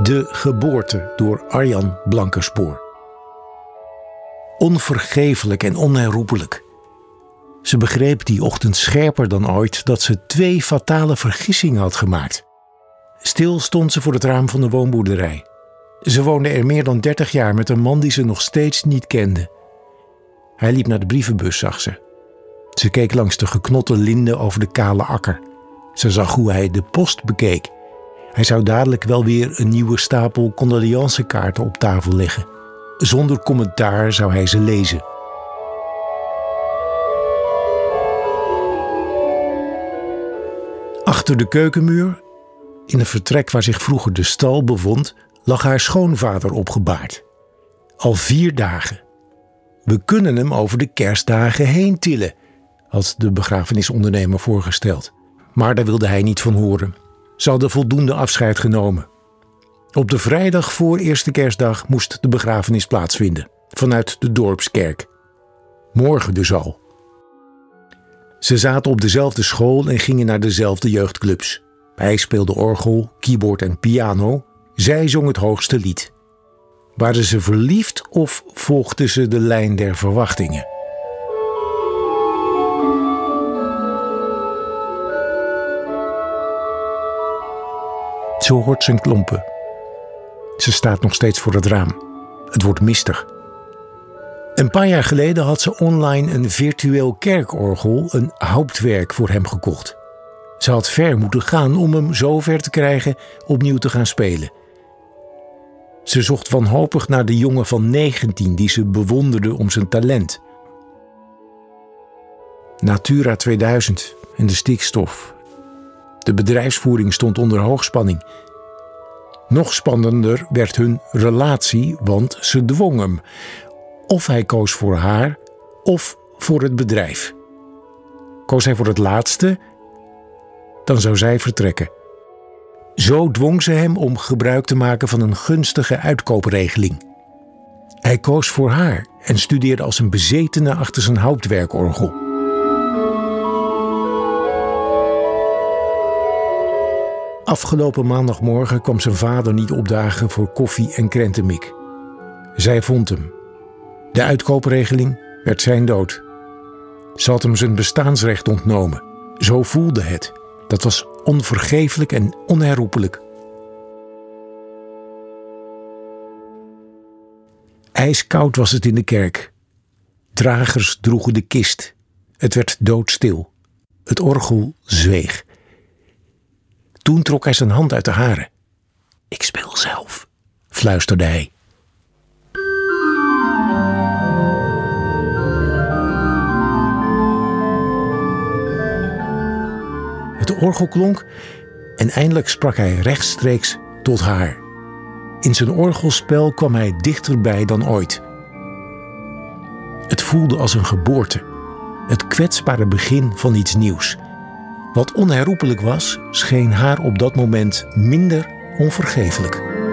De geboorte door Arjan Blankerspoor. Onvergeeflijk en onherroepelijk. Ze begreep die ochtend scherper dan ooit dat ze 2 fatale vergissingen had gemaakt. Stil stond ze voor het raam van de woonboerderij. Ze woonde er meer dan 30 jaar met een man die ze nog steeds niet kende. Hij liep naar de brievenbus, zag ze. Ze keek langs de geknotte linden over de kale akker. Ze zag hoe hij de post bekeek. Hij zou dadelijk wel weer een nieuwe stapel condoleancekaarten op tafel leggen. Zonder commentaar zou hij ze lezen. Achter de keukenmuur, in het vertrek waar zich vroeger de stal bevond, lag haar schoonvader opgebaard. Al 4 dagen. We kunnen hem over de kerstdagen heen tillen, had de begrafenisondernemer voorgesteld. Maar daar wilde hij niet van horen. Ze hadden voldoende afscheid genomen. Op de vrijdag voor eerste kerstdag moest de begrafenis plaatsvinden, vanuit de dorpskerk. Morgen dus al. Ze zaten op dezelfde school en gingen naar dezelfde jeugdclubs. Hij speelde orgel, keyboard en piano. Zij zong het hoogste lied. Waren ze verliefd of volgden ze de lijn der verwachtingen? Ze hoort zijn klompen. Ze staat nog steeds voor het raam. Het wordt mistig. Een paar jaar geleden had ze online een virtueel kerkorgel, een hauptwerk, voor hem gekocht. Ze had ver moeten gaan om hem zo ver te krijgen opnieuw te gaan spelen. Ze zocht wanhopig naar de jongen van 19 die ze bewonderde om zijn talent. Natura 2000 en de stikstof. De bedrijfsvoering stond onder hoogspanning. Nog spannender werd hun relatie, want ze dwong hem. Of hij koos voor haar, of voor het bedrijf. Koos hij voor het laatste, dan zou zij vertrekken. Zo dwong ze hem om gebruik te maken van een gunstige uitkoopregeling. Hij koos voor haar en studeerde als een bezetene achter zijn houtwerkorgel. Afgelopen maandagmorgen kwam zijn vader niet opdagen voor koffie en krentenmik. Zij vond hem. De uitkoopregeling werd zijn dood. Ze had hem zijn bestaansrecht ontnomen. Zo voelde het. Dat was onvergeeflijk en onherroepelijk. IJskoud was het in de kerk. Dragers droegen de kist. Het werd doodstil. Het orgel zweeg. Toen trok hij zijn hand uit de hare. Ik speel zelf, fluisterde hij. Het orgel klonk en eindelijk sprak hij rechtstreeks tot haar. In zijn orgelspel kwam hij dichterbij dan ooit. Het voelde als een geboorte, het kwetsbare begin van iets nieuws. Wat onherroepelijk was, scheen haar op dat moment minder onvergeeflijk.